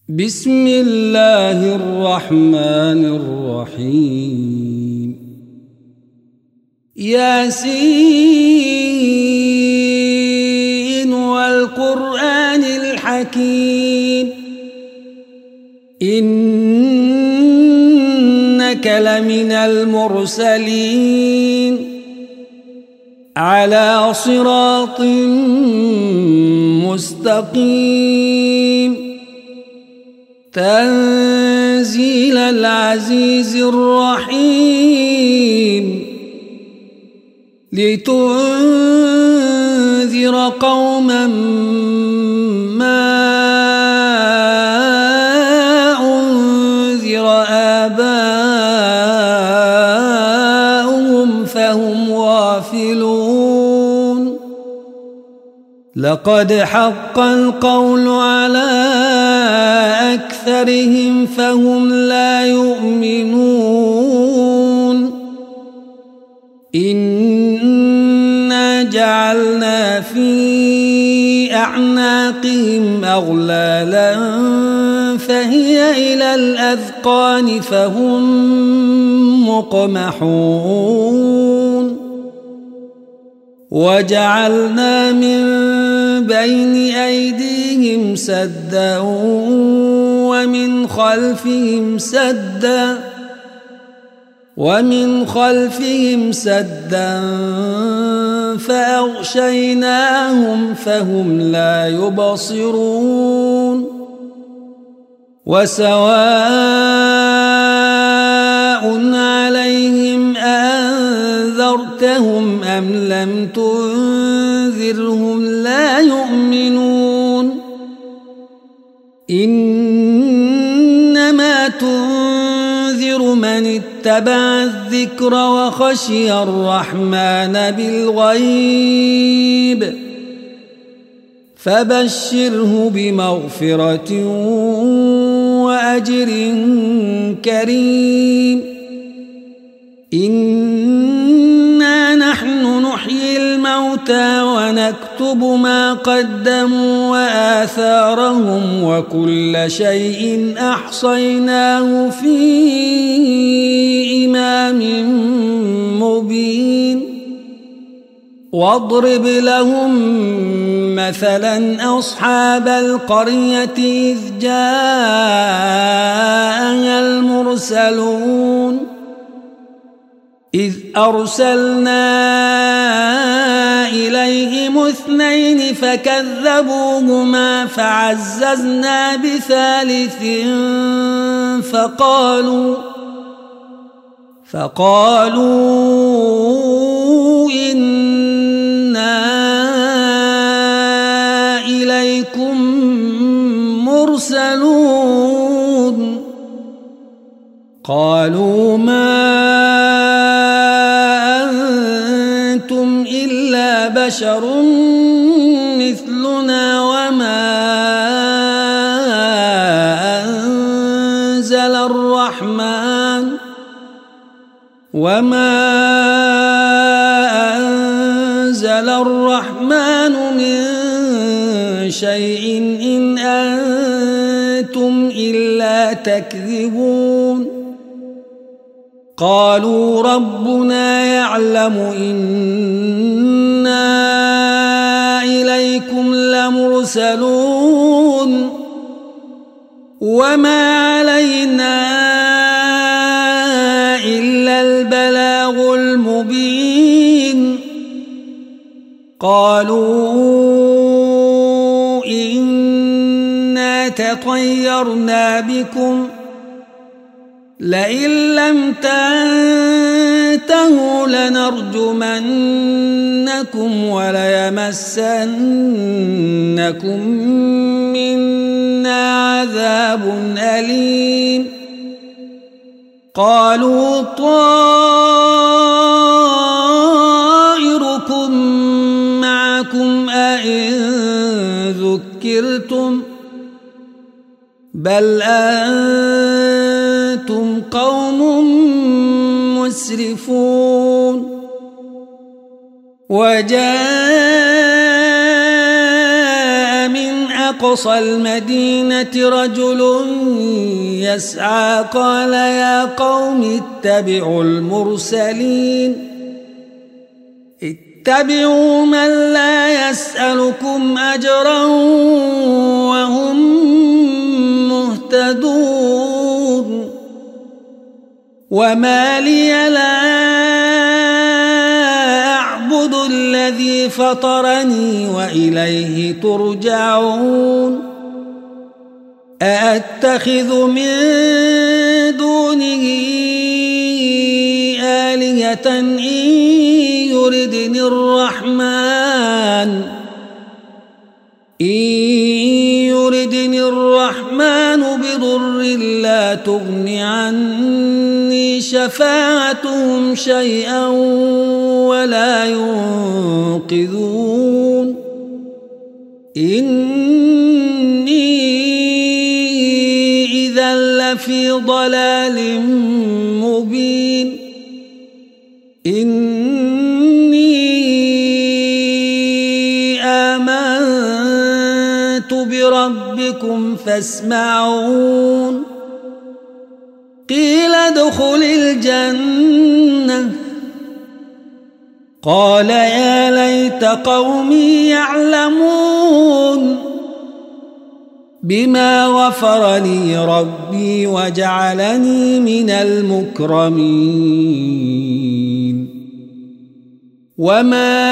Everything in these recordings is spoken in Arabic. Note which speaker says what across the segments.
Speaker 1: بسم الله الرحمن الرحيم ياسين والقرآن الحكيم إنك لمن المرسلين على صراط مستقيم تنزيل العزيز الرحيم لتنذر قوما ما أنذر آباؤهم فهم غافلون لقد حق القول على أكثرهم فهم لا يؤمنون إنا جعلنا في أعناقهم أغلالا فهي إلى الأذقان فهم مقمحون وجعلنا من بين أيديهم سدا ومن خلفهم سدا فأغشيناهم فهم لا يبصرون وسواء عليهم أنذرتهم أم لم تنذرهم لا يؤمنون إنما تنذر من اتبع الذكر وخشي الرحمن بالغيب فبشره بمغفرة وأجر كريم إنا نحن نحيي الموتى ونكتب ما قدموا وآثارهم وكل شيء أحصيناه في إمام مبين واضرب لهم مثلا أصحاب القرية إذ جاءها المرسلون إذ أرسلنا إليهم 2 فكذبوهما فعززنا بثالث فقالوا إنا إليكم مرسلون قالوا ما أنتم إلا بشر مثلنا وما أنزل الرحمن من شيء إن أنتم إلا تكذبون قالوا ربنا يعلم إنا إليكم لمرسلون وما علينا إلا البلاغ المبين قالوا إنا تطيرنا بكم لئن لم تنتهوا لنرجمنكم وليمسنكم منا عذاب أليم قالوا طائركم معكم أئن ذكرتم بل أنتم قوم مسرفون وجاء من أقصى المدينة رجل يسعى قال يا قوم اتبعوا المرسلين اتبعوا من لا يسألكم أجرا وهم مهتدون وما لي لا أعبد الذي فطرني وإليه ترجعون أأتخذ من دونه آلهة إن يردني الرحمن بضر لا تغن عني شفاعتهم شيئا ولا ينقذون إني إذا لفي ضلال مبين بربكم فاسمعون قيل ادخل الجنة قال يا ليت قومي يعلمون بما غفر لي ربي وجعلني من المكرمين وما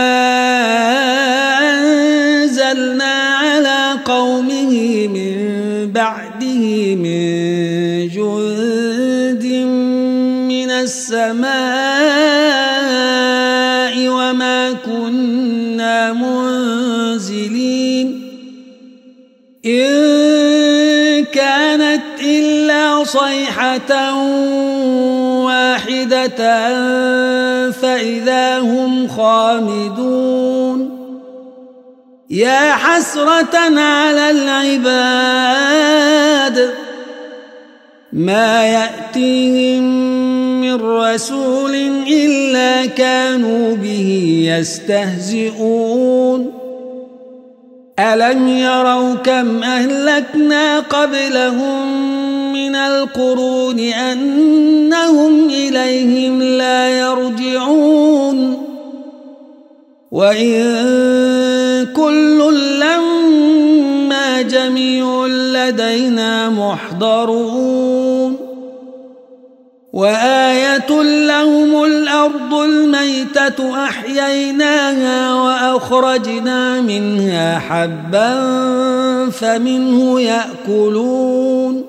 Speaker 1: أنزلنا على قومه من بعده من جند من السماء وما كنا منزلين إن كانت إلا صيحة واحدة فإذا هم خامدون يا حسرة على العباد ما يأتيهم من رسول إلا كانوا به يستهزئون ألم يروا كم أهلكنا قبلهم من القرون أنهم إليهم لا يرجعون وإن كل لما جميع لدينا محضرون وآية لهم الأرض الميتة أحييناها وأخرجنا منها حبا فمنه يأكلون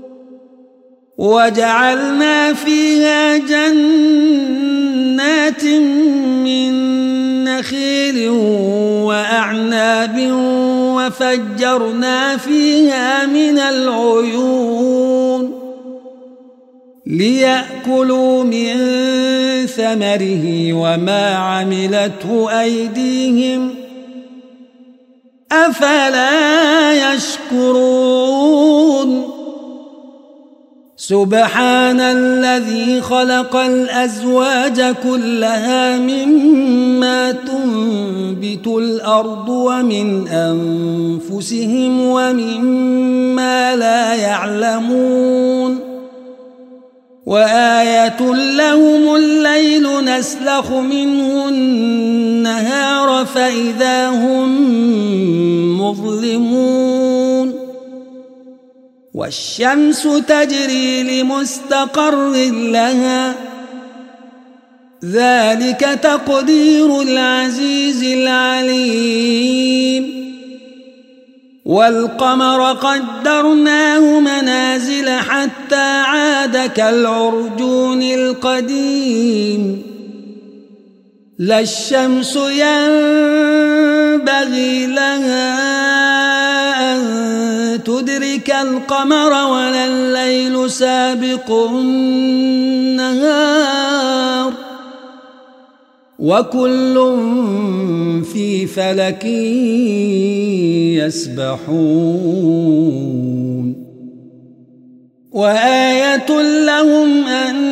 Speaker 1: وجعلنا فيها جنات من نخيل وأعناب وفجرنا فيها من العيون ليأكلوا من ثمره وما عملته أيديهم أفلا يشكرون سبحان الذي خلق الأزواج كلها مما تنبت الأرض ومن أنفسهم ومما لا يعلمون وآية لهم الليل نسلخ منه النهار فإذا هم مظلمون والشمس تجري لمستقر لها ذلك تقدير العزيز العليم والقمر قدرناه منازل حتى عاد كالعرجون القديم لا الشمس ينبغي لها أن تدرك القمر ولا الليل سابق النهار وكل في فلك يسبحون وآية لهم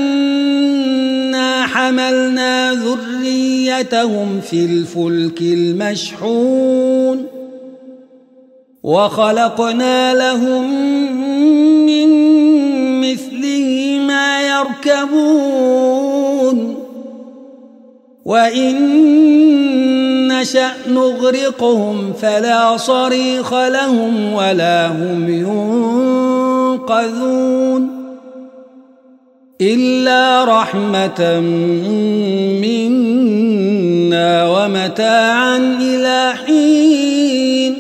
Speaker 1: أنا حملنا ذريتهم في الفلك المشحون وخلقنا لهم من مثله ما يركبون وإن نشأ نغرقهم فلا صريخ لهم ولا هم ينقذون إلا رحمة منا ومتاعا إلى حين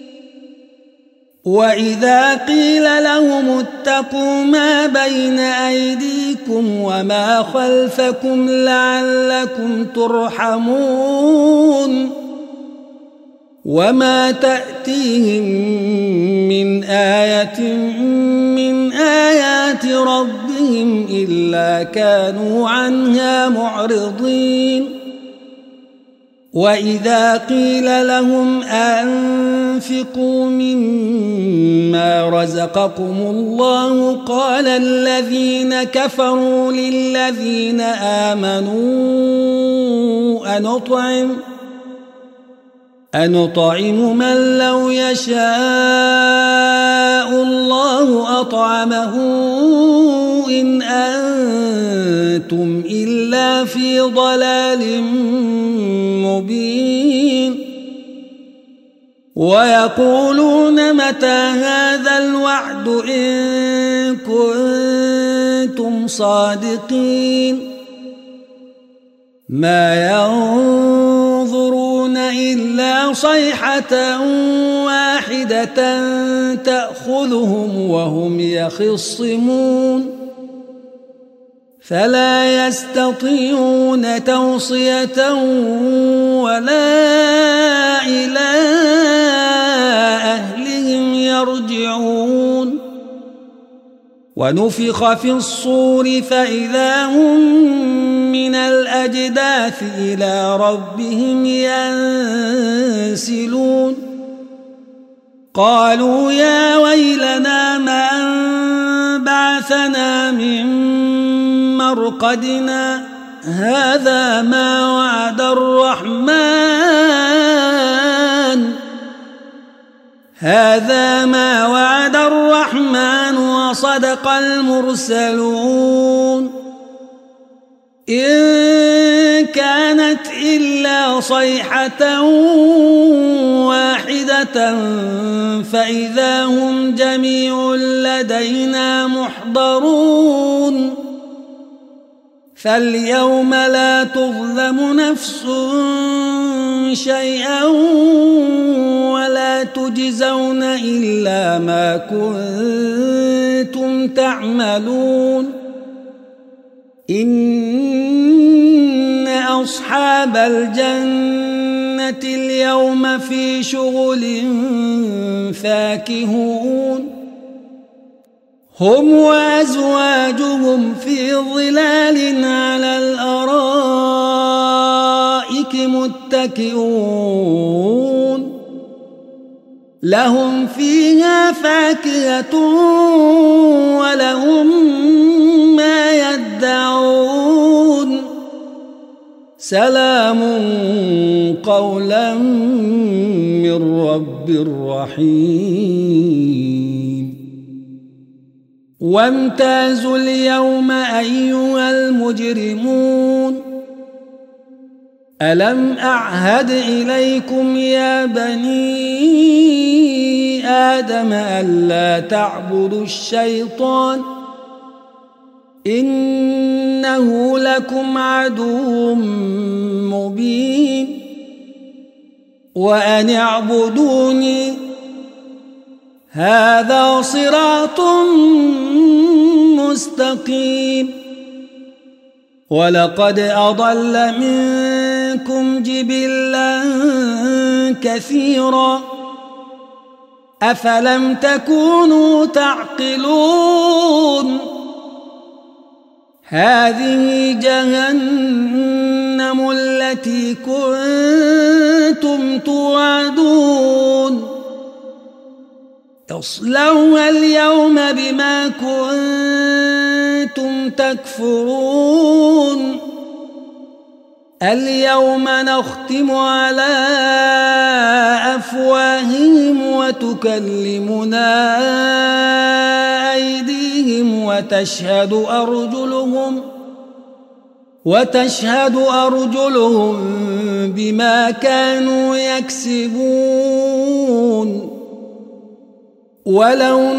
Speaker 1: وإذا قيل لهم اتقوا ما بين أيديكم وما خلفكم لعلكم ترحمون وما تأتيهم من آية من آيات ربهم إلا كانوا عنها معرضين وإذا قيل لهم أنفقوا مما رزقكم الله قال الذين كفروا للذين آمنوا أنطعم من لو يشاء الله أطعمه إن أنتم إلا في ضلال مبين ويقولون متى هذا الوعد إن كنتم صادقين ما ينظرون إلا صيحة واحدة تأخذهم وهم يخصمون فلا يستطيعون توصية ولا إلى أهلهم يرجعون ونفخ في الصور فإذا هم من الأجداث إلى ربهم ينسلون قالوا يا ويلنا من بعثنا من مرقدنا هذا ما وعد الرحمن وصدق المرسلون إن كانت إلا صيحة واحدة فإذا هم جميع لدينا محضرون فاليوم لا تظلم نفس شيئا ولا تجزون إلا ما كنتم تعملون إن أصحاب الجنة اليوم في شغل فاكهون هم وأزواجهم في ظلال على الأرائك متكئون لهم فيها فاكهة ولهم ما يدعون سلام قولا من رب رحيم وامتازوا اليوم أيها المجرمون ألم أعهد إليكم يا بني آدم ألا تعبدوا الشيطان إنه لكم عدو مبين وأن اعبدوني هذا صراط مستقيم ولقد أضل منكم جبلا كثيرا أفلم تكونوا تعقلون هذه جهنم التي كنتم توعدون اصلوها اليوم بما كنتم تكفرون اليوم نختم على أفواههم وتكلمنا أيديهم وتشهد أرجلهم بما كانوا يكسبون ولو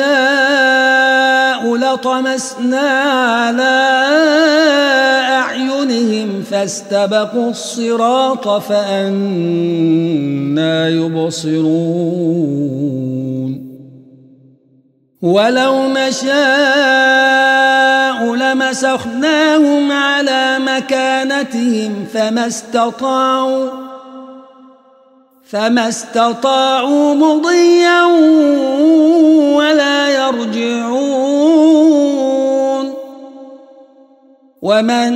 Speaker 1: نشاء لطمسنا على أعينهم فاستبقوا الصراط فأنى يبصرون ولو نشاء لمسخناهم على مكانتهم فما استطاعوا مضيا ولا يرجعون ومن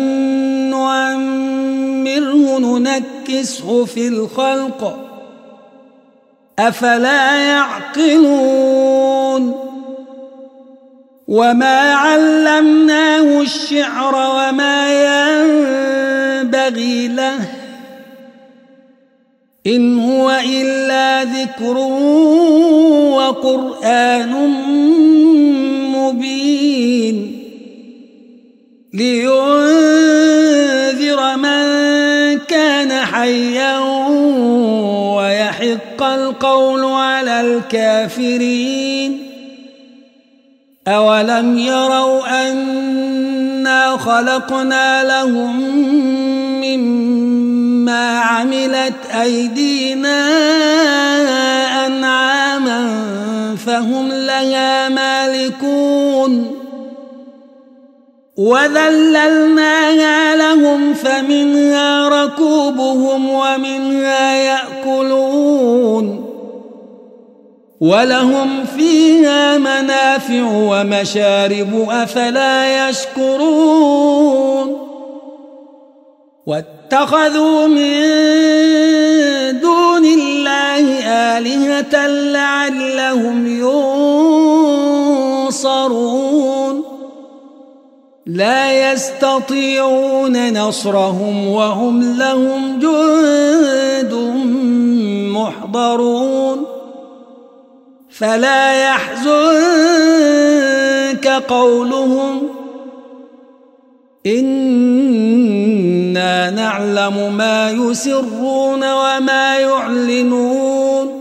Speaker 1: نعمره ننكسه في الخلق أفلا يعقلون وما علمناه الشعر وما ينبغي له إن هو إلا ذكر وقرآن مبين لينذر من كان حيا ويحق القول على الكافرين أولم يروا أنا خلقنا لهم مما عملت أيدينا أنعاما فهم لها مالكون وذللناها لهم فمنها ركوبهم ومنها يأكلون ولهم فيها منافع ومشارب أفلا يشكرون واتخذوا من دون الله آلهة لعلهم ينصرون لا يستطيعون نصرهم وهم لهم جند محضرون فلا يحزنك قولهم إنا نعلم ما يسرون وما يعلنون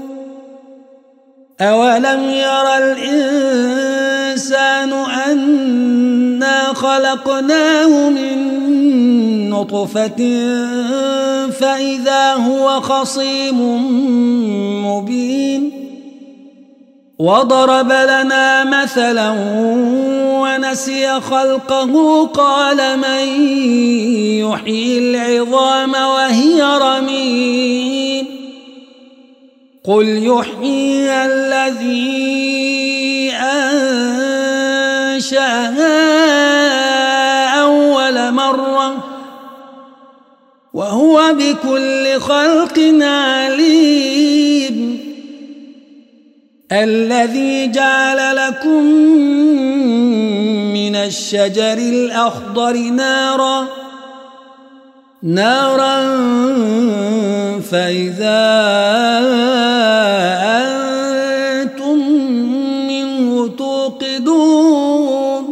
Speaker 1: أولم ير الإنسان أنا خلقناه من نطفة فإذا هو خصيم مبين وضرب لنا مثلا ونسي خلقه قال من يحيي العظام وهي رميم قل يحييها الذي أنشأها أول مرة وهو بكل خلق عليم الذي جعل لكم من الشجر الأخضر نارا فإذا أنتم منه توقدون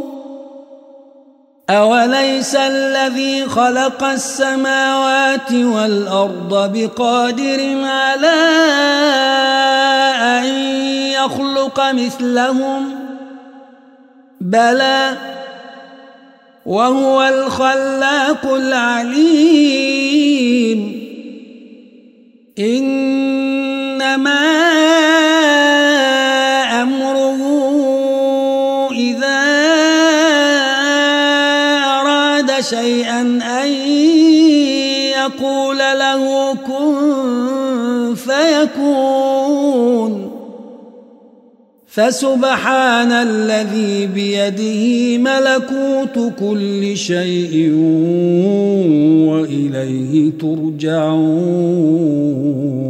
Speaker 1: أوليس الذي خلق السماوات والأرض بقادر على أن يخلق مثلهم بلى وهو الخلاق العليم إنما أمره إذا أراد شيئا أن يقول له كن فيكون فسبحان الذي بيده ملكوت كل شيء وإليه ترجعون.